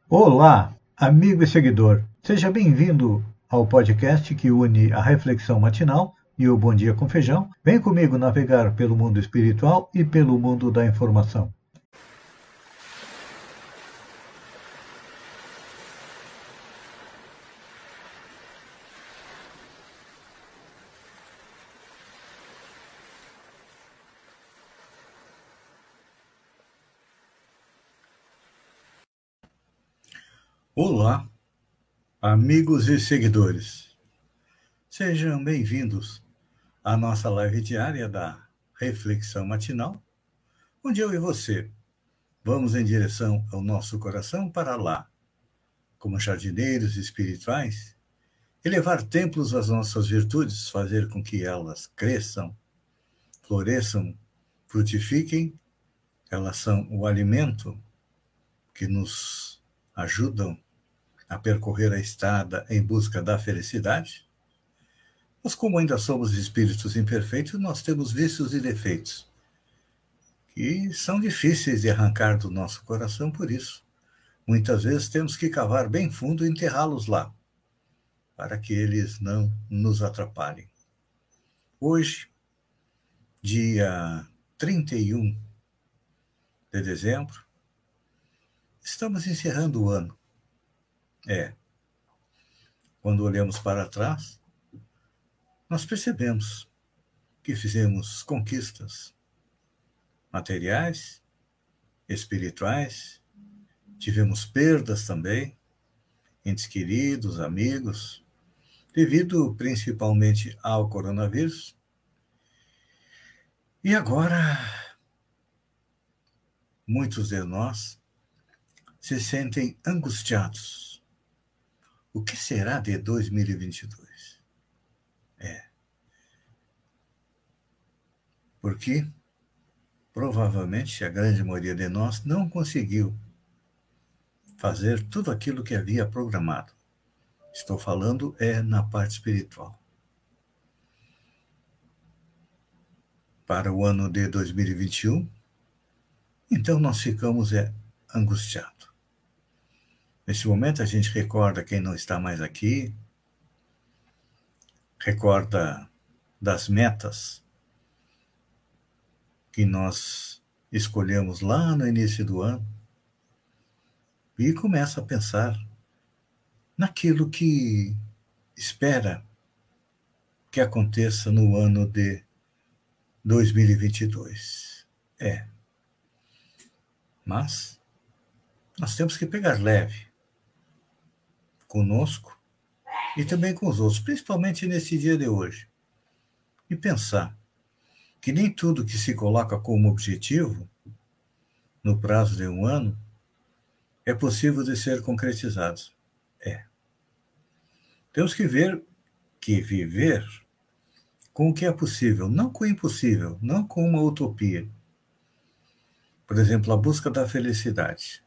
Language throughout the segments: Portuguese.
Olá, amigo e seguidor. Seja bem-vindo ao podcast que une a reflexão matinal e o Bom Dia com Feijão. Vem comigo navegar pelo mundo espiritual e pelo mundo da informação. Olá, amigos e seguidores. Sejam bem-vindos à nossa live diária da reflexão matinal, onde eu e você vamos em direção ao nosso coração para lá, como jardineiros espirituais, elevar templos às nossas virtudes, fazer com que elas cresçam, floresçam, frutifiquem. Elas são o alimento que nos ajudam a percorrer a estrada em busca da felicidade. Mas como ainda somos espíritos imperfeitos, nós temos vícios e defeitos que são difíceis de arrancar do nosso coração, por isso, muitas vezes temos que cavar bem fundo e enterrá-los lá, para que eles não nos atrapalhem. Hoje, dia 31 de dezembro, estamos encerrando o ano. Quando olhamos para trás, nós percebemos que fizemos conquistas materiais, espirituais, tivemos perdas também, entes queridos, amigos, devido principalmente ao coronavírus. E agora, muitos de nós se sentem angustiados. O que será de 2022? Porque provavelmente a grande maioria de nós não conseguiu fazer tudo aquilo que havia programado. Estou falando na parte espiritual. Para o ano de 2021, então nós ficamos angustiados. Nesse momento a gente recorda quem não está mais aqui, recorda das metas que nós escolhemos lá no início do ano e começa a pensar naquilo que espera que aconteça no ano de 2022. Mas nós temos que pegar leve conosco e também com os outros, principalmente nesse dia de hoje, e pensar que nem tudo que se coloca como objetivo no prazo de um ano é possível de ser concretizado. Temos que ver que viver com o que é possível, não com o impossível, não com uma utopia. Por exemplo, a busca da felicidade.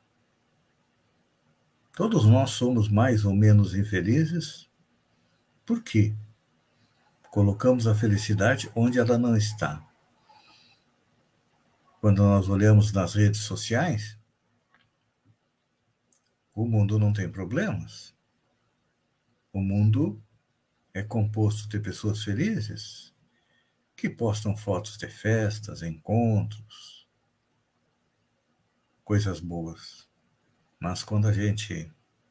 Todos nós somos mais ou menos infelizes. Por quê? Colocamos a felicidade onde ela não está. Quando nós olhamos nas redes sociais, o mundo não tem problemas. O mundo é composto de pessoas felizes que postam fotos de festas, encontros, coisas boas. Mas quando a gente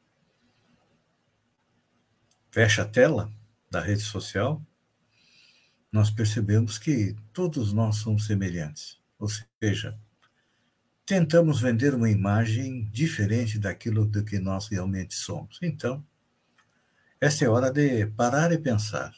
fecha a tela da rede social, nós percebemos que todos nós somos semelhantes. Ou seja, tentamos vender uma imagem diferente daquilo do que nós realmente somos. Então, essa é a hora de parar e pensar.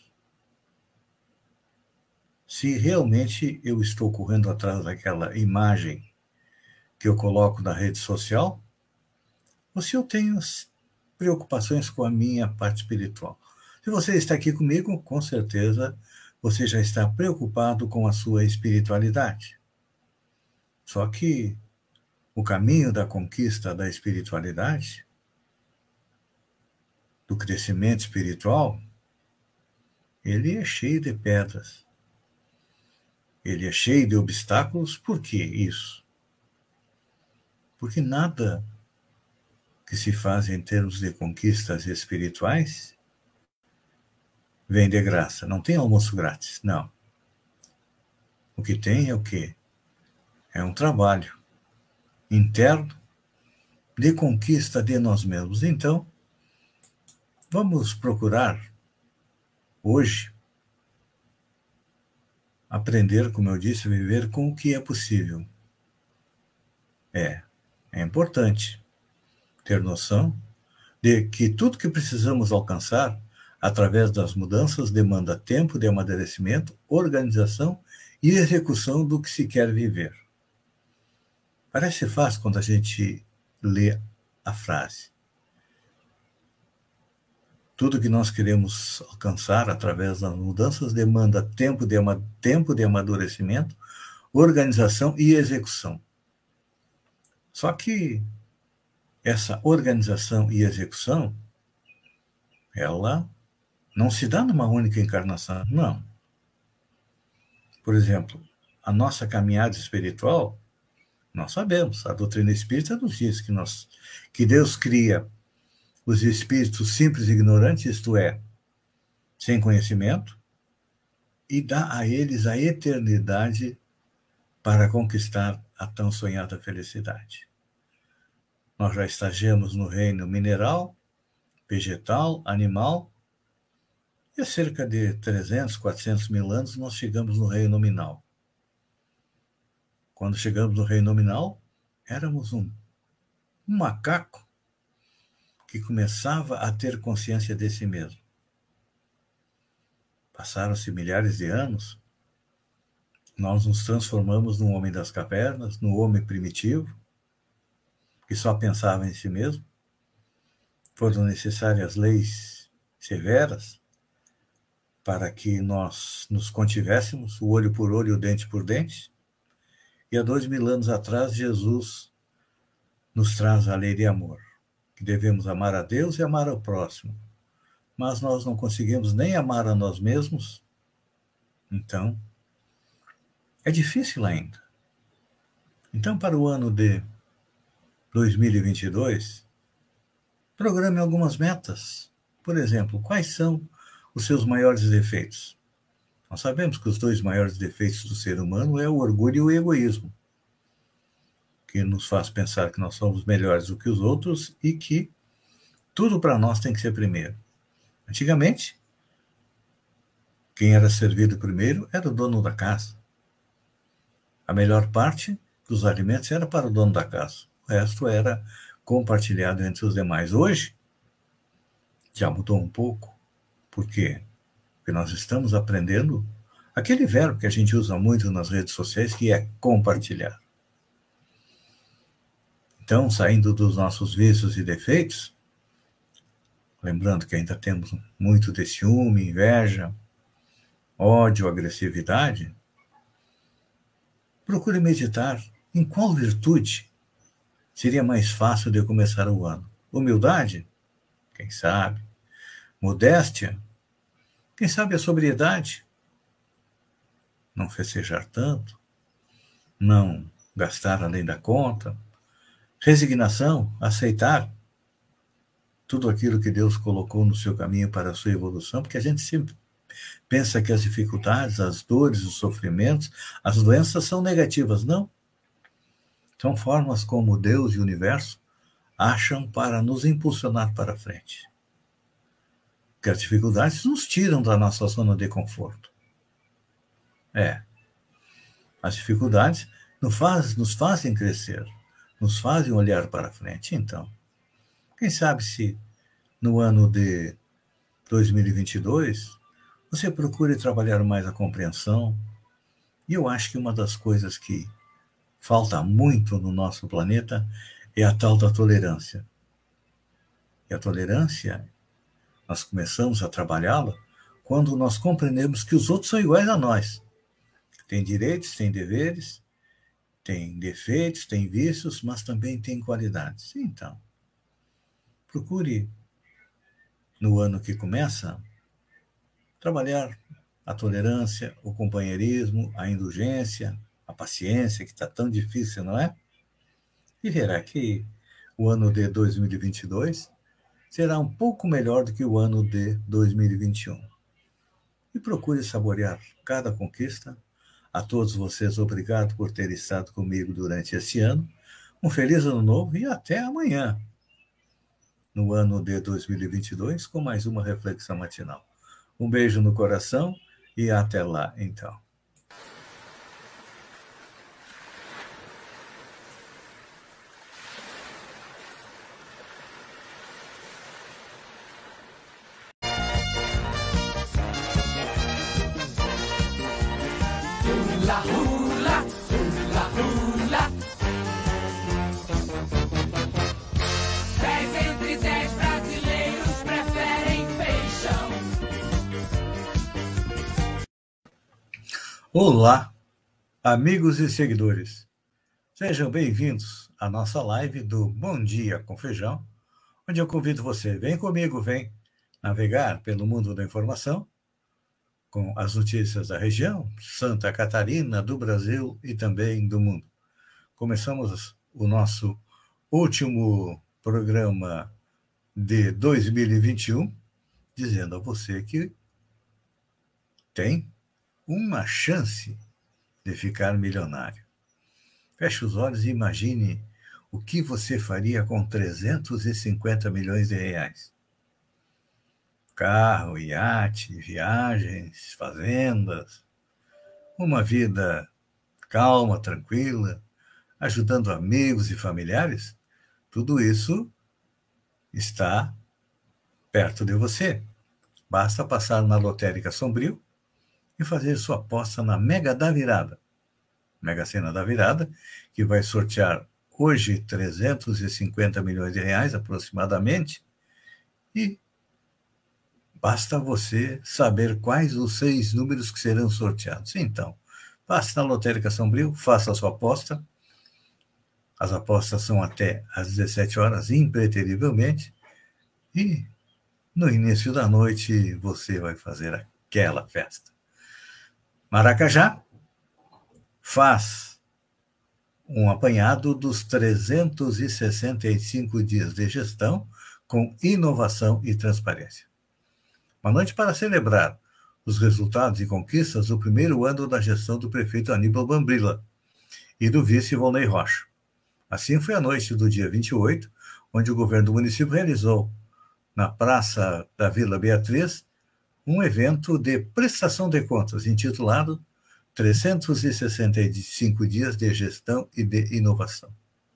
Se realmente eu estou correndo atrás daquela imagem que eu coloco na rede social, ou se eu tenho preocupações com a minha parte espiritual. Se você está aqui comigo, com certeza você já está preocupado com a sua espiritualidade. Só que o caminho da conquista da espiritualidade, do crescimento espiritual, ele é cheio de pedras. Ele é cheio de obstáculos. Por que isso? Porque nada que se faz em termos de conquistas espirituais vem de graça. Não tem almoço grátis, não. O que tem é o quê? É um trabalho interno de conquista de nós mesmos. Então, vamos procurar hoje aprender, como eu disse, a viver com o que é possível. É importante ter noção de que tudo que precisamos alcançar através das mudanças demanda tempo de amadurecimento, organização e execução do que se quer viver. Parece fácil quando a gente lê a frase. Tudo que nós queremos alcançar através das mudanças demanda tempo de amadurecimento, organização e execução. Só que essa organização e execução, ela não se dá numa única encarnação, não. Por exemplo, a nossa caminhada espiritual, nós sabemos, a doutrina espírita nos diz que Deus cria os espíritos simples e ignorantes, isto é, sem conhecimento, e dá a eles a eternidade para conquistar a tão sonhada felicidade. Nós já estagiamos no reino mineral, vegetal, animal, e há cerca de 300, 400 mil anos nós chegamos no reino nominal. Quando chegamos no reino nominal, éramos um macaco que começava a ter consciência de si mesmo. Passaram-se milhares de anos, nós nos transformamos num homem das cavernas, num homem primitivo, que só pensava em si mesmo. Foram necessárias leis severas para que nós nos contivéssemos, o olho por olho, o dente por dente. E há 2000 anos atrás, Jesus nos traz a lei de amor, que devemos amar a Deus e amar ao próximo. Mas nós não conseguimos nem amar a nós mesmos, então é difícil ainda. Então, para o ano de 2022, programe algumas metas. Por exemplo, quais são os seus maiores defeitos? Nós sabemos que os dois maiores defeitos do ser humano é o orgulho e o egoísmo, que nos faz pensar que nós somos melhores do que os outros e que tudo para nós tem que ser primeiro. Antigamente, quem era servido primeiro era o dono da casa. A melhor parte dos alimentos era para o dono da casa. O resto era compartilhado entre os demais. Hoje, já mudou um pouco. Por quê? Porque nós estamos aprendendo aquele verbo que a gente usa muito nas redes sociais, que é compartilhar. Então, saindo dos nossos vícios e defeitos, lembrando que ainda temos muito de ciúme, inveja, ódio, agressividade, procure meditar em qual virtude seria mais fácil de começar o ano. Humildade? Quem sabe? Modéstia? Quem sabe a sobriedade? Não festejar tanto? Não gastar além da conta? Resignação? Aceitar tudo aquilo que Deus colocou no seu caminho para a sua evolução? Porque a gente sempre pensa que as dificuldades, as dores, os sofrimentos, as doenças são negativas. Não. São formas como Deus e o universo acham para nos impulsionar para frente. Porque as dificuldades nos tiram da nossa zona de conforto. As dificuldades nos fazem crescer, nos fazem olhar para frente. Então, quem sabe se no ano de 2022 você procure trabalhar mais a compreensão. E eu acho que uma das coisas que falta muito no nosso planeta é a tal da tolerância. E a tolerância, nós começamos a trabalhá-la quando nós compreendemos que os outros são iguais a nós. Tem direitos, tem deveres, tem defeitos, tem vícios, mas também tem qualidades. Então, procure, no ano que começa, trabalhar a tolerância, o companheirismo, a indulgência, a paciência, que está tão difícil, não é? E verá que o ano de 2022 será um pouco melhor do que o ano de 2021. E procure saborear cada conquista. A todos vocês, obrigado por ter estado comigo durante este ano. Um feliz ano novo e até amanhã, no ano de 2022, com mais uma reflexão matinal. Um beijo no coração e até lá, então. Hula, hula, hula, hula. 10 entre 10 brasileiros preferem feijão. Olá, amigos e seguidores. Sejam bem-vindos à nossa live do Bom Dia com Feijão, onde eu convido você, vem comigo, vem navegar pelo mundo da informação, com as notícias da região, Santa Catarina, do Brasil e também do mundo. Começamos o nosso último programa de 2021, dizendo a você que tem uma chance de ficar milionário. Feche os olhos e imagine o que você faria com 350 milhões de reais. Carro, iate, viagens, fazendas, uma vida calma, tranquila, ajudando amigos e familiares, tudo isso está perto de você. Basta passar na Lotérica Sombrio e fazer sua aposta na Mega da Virada. Mega Sena da Virada, que vai sortear hoje 350 milhões de reais aproximadamente, e basta você saber quais os 6 números que serão sorteados. Então, passe na Lotérica Sombrio, faça a sua aposta. As apostas são até às 17 horas, impreterivelmente. E no início da noite você vai fazer aquela festa. Maracajá faz um apanhado dos 365 dias de gestão com inovação e transparência. Uma noite para celebrar os resultados e conquistas do primeiro ano da gestão do prefeito Aníbal Bambrila e do vice Volney Rocha. Assim foi a noite do dia 28, onde o governo do município realizou, na Praça da Vila Beatriz, um evento de prestação de contas intitulado 365 dias de gestão e de inovação.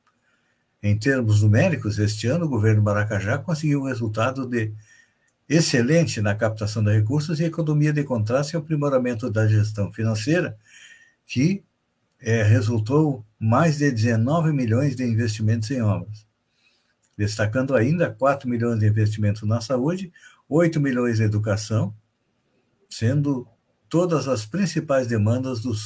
Em termos numéricos, este ano o governo Maracajá conseguiu um resultado de excelente na captação de recursos e economia de contratos e aprimoramento da gestão financeira, que resultou mais de 19 milhões de investimentos em obras. Destacando ainda 4 milhões de investimentos na saúde, 8 milhões em educação, sendo todas as principais demandas do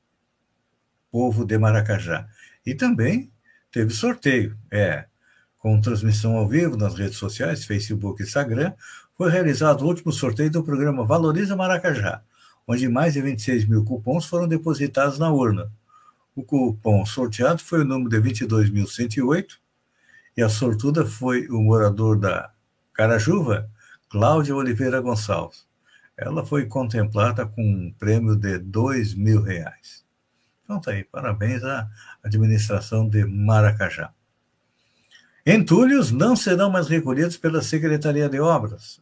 povo de Maracajá. E também teve sorteio, com transmissão ao vivo nas redes sociais, Facebook e Instagram, foi realizado o último sorteio do programa Valoriza Maracajá, onde mais de 26 mil cupons foram depositados na urna. O cupom sorteado foi o número de 22.108 e a sortuda foi o morador da Carajuva, Cláudia Oliveira Gonçalves. Ela foi contemplada com um prêmio de R$2.000. Então tá aí, parabéns à administração de Maracajá. Entulhos não serão mais recolhidos pela Secretaria de Obras.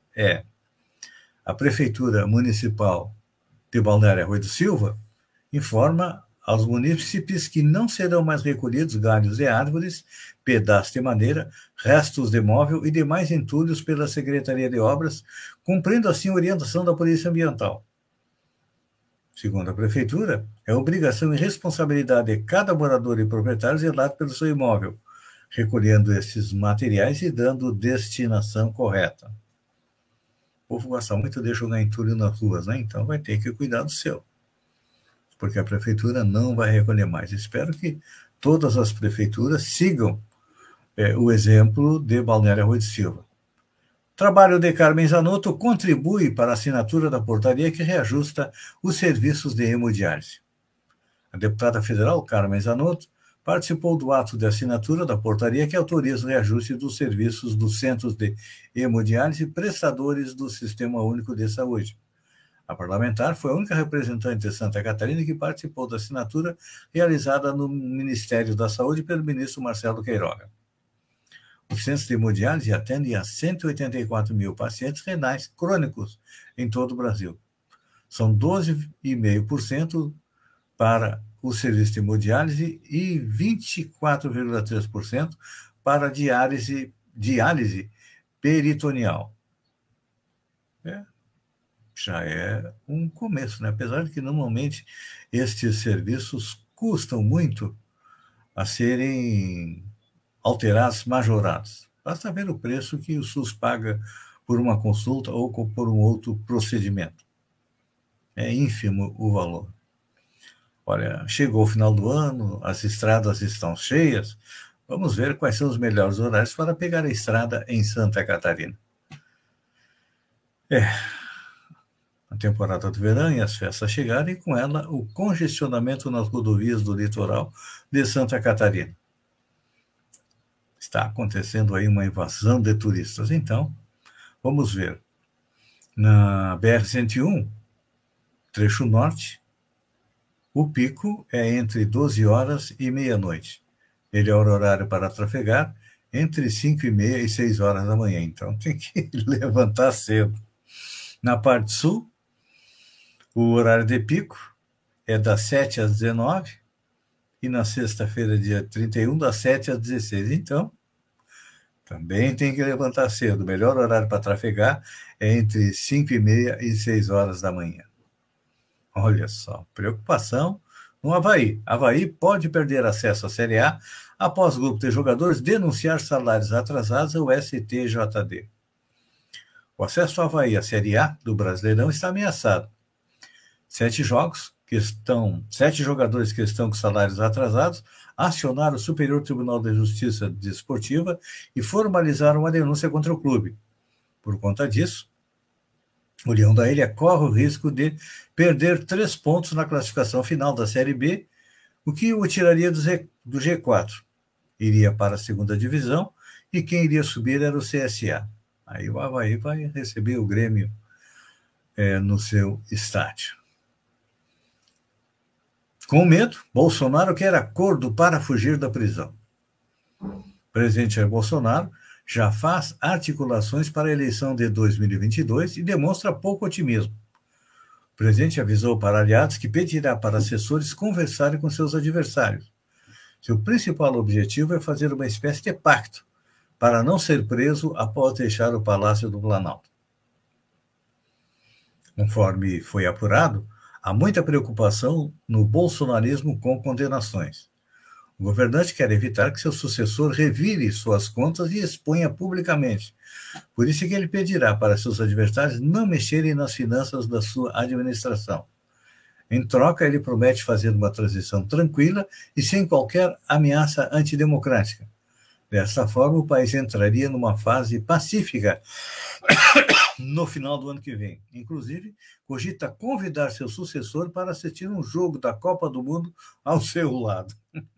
A Prefeitura Municipal de Balneário Arroio do Silva informa aos munícipes que não serão mais recolhidos galhos de árvores, pedaços de madeira, restos de móvel e demais entulhos pela Secretaria de Obras, cumprindo assim a orientação da Polícia Ambiental. Segundo a Prefeitura, é obrigação e responsabilidade de cada morador e proprietário zelar pelo seu imóvel, recolhendo esses materiais e dando destinação correta. O povo gosta muito de jogar entulho nas ruas, né? Então vai ter que cuidar do seu, porque a prefeitura não vai recolher mais. Espero que todas as prefeituras sigam o exemplo de Balneário Arroio do Silva. Trabalho de Carmen Zanotto contribui para a assinatura da portaria que reajusta os serviços de hemodiálise. A deputada federal Carmen Zanotto participou do ato de assinatura da portaria que autoriza o reajuste dos serviços dos centros de hemodiálise e prestadores do Sistema Único de Saúde. A parlamentar foi a única representante de Santa Catarina que participou da assinatura realizada no Ministério da Saúde pelo ministro Marcelo Queiroga. Os centros de hemodiálise atendem a 184 mil pacientes renais crônicos em todo o Brasil. São 12,5% para o serviço de hemodiálise e 24,3% para diálise peritoneal. Já é um começo, né? Apesar de que normalmente estes serviços custam muito a serem alterados, majorados. Basta ver o preço que o SUS paga por uma consulta ou por um outro procedimento. É ínfimo o valor. Olha, chegou o final do ano, as estradas estão cheias. Vamos ver quais são os melhores horários para pegar a estrada em Santa Catarina. A temporada do verão e as festas chegaram e com ela o congestionamento nas rodovias do litoral de Santa Catarina. Está acontecendo aí uma invasão de turistas. Então, vamos ver. Na BR-101, trecho norte, o pico é entre 12 horas e meia-noite. Melhor horário para trafegar entre 5h30 e 6 horas da manhã. Então, tem que levantar cedo. Na parte sul, o horário de pico é das 7 às 19 e na sexta-feira, dia 31, das 7 às 16. Então, também tem que levantar cedo. O melhor horário para trafegar é entre 5h30 e 6 horas da manhã. Olha só, preocupação no Avaí. Avaí pode perder acesso à Série A após o grupo de jogadores denunciar salários atrasados ao STJD. O acesso ao Avaí à Série A do Brasileirão está ameaçado. 7 jogadores que estão com salários atrasados acionaram o Superior Tribunal de Justiça Desportiva e formalizaram uma denúncia contra o clube. Por conta disso, o Leão da Ilha corre o risco de perder 3 pontos na classificação final da Série B, o que o tiraria do G4. Iria para a segunda divisão e quem iria subir era o CSA. Aí o Avaí vai receber o Grêmio no seu estádio. Com medo, Bolsonaro quer acordo para fugir da prisão. O presidente Jair Bolsonaro já faz articulações para a eleição de 2022 e demonstra pouco otimismo. O presidente avisou para aliados que pedirá para assessores conversarem com seus adversários. Seu principal objetivo é fazer uma espécie de pacto para não ser preso após deixar o Palácio do Planalto. Conforme foi apurado, há muita preocupação no bolsonarismo com condenações. O governante quer evitar que seu sucessor revire suas contas e exponha publicamente. Por isso que ele pedirá para seus adversários não mexerem nas finanças da sua administração. Em troca, ele promete fazer uma transição tranquila e sem qualquer ameaça antidemocrática. Dessa forma, o país entraria numa fase pacífica no final do ano que vem. Inclusive, cogita convidar seu sucessor para assistir um jogo da Copa do Mundo ao seu lado.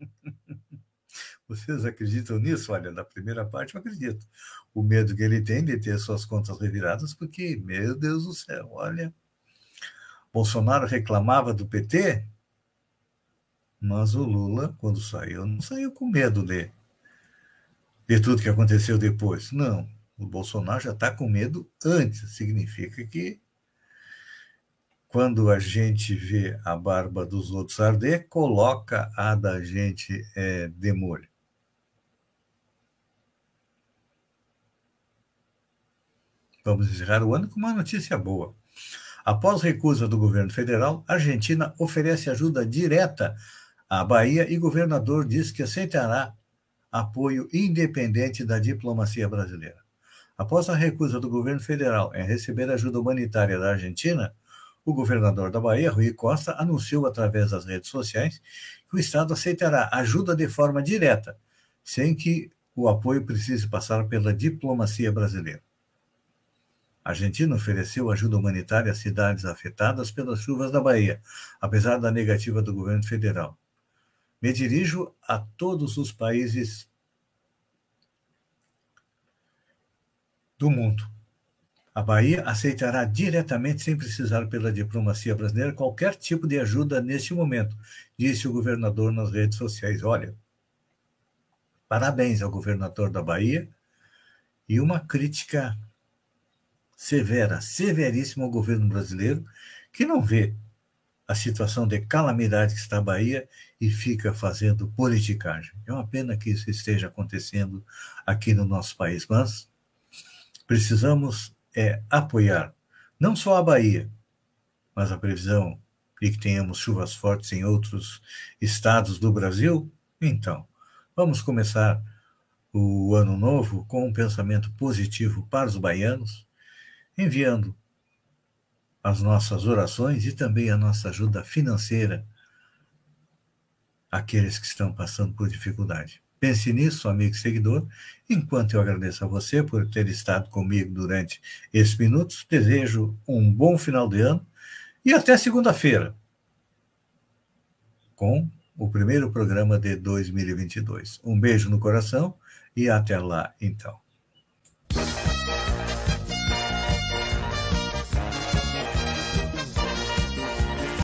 Vocês acreditam nisso? Olha, na primeira parte eu acredito. O medo que ele tem de ter suas contas reviradas, porque, meu Deus do céu, olha, Bolsonaro reclamava do PT, mas o Lula, quando saiu, não saiu com medo de tudo que aconteceu depois. Não, o Bolsonaro já está com medo antes. Significa que quando a gente vê a barba dos outros arder, coloca a da gente de molho. Vamos encerrar o ano com uma notícia boa. Após recusa do governo federal, a Argentina oferece ajuda direta à Bahia e o governador diz que aceitará apoio independente da diplomacia brasileira. Após a recusa do governo federal em receber ajuda humanitária da Argentina, o governador da Bahia, Rui Costa, anunciou através das redes sociais que o Estado aceitará ajuda de forma direta, sem que o apoio precise passar pela diplomacia brasileira. A Argentina ofereceu ajuda humanitária às cidades afetadas pelas chuvas da Bahia, apesar da negativa do governo federal. Me dirijo a todos os países do mundo. A Bahia aceitará diretamente, sem precisar pela diplomacia brasileira, qualquer tipo de ajuda neste momento, disse o governador nas redes sociais. Olha, parabéns ao governador da Bahia e uma crítica severa, severíssima ao governo brasileiro, que não vê a situação de calamidade que está a Bahia e fica fazendo politicagem. É uma pena que isso esteja acontecendo aqui no nosso país, mas precisamos apoiar não só a Bahia, mas a previsão de que tenhamos chuvas fortes em outros estados do Brasil. Então, vamos começar o ano novo com um pensamento positivo para os baianos, enviando as nossas orações e também a nossa ajuda financeira àqueles que estão passando por dificuldade. Pense nisso, amigo e seguidor. Enquanto eu agradeço a você por ter estado comigo durante esses minutos, desejo um bom final de ano e até segunda-feira, com o primeiro programa de 2022. Um beijo no coração e até lá, então.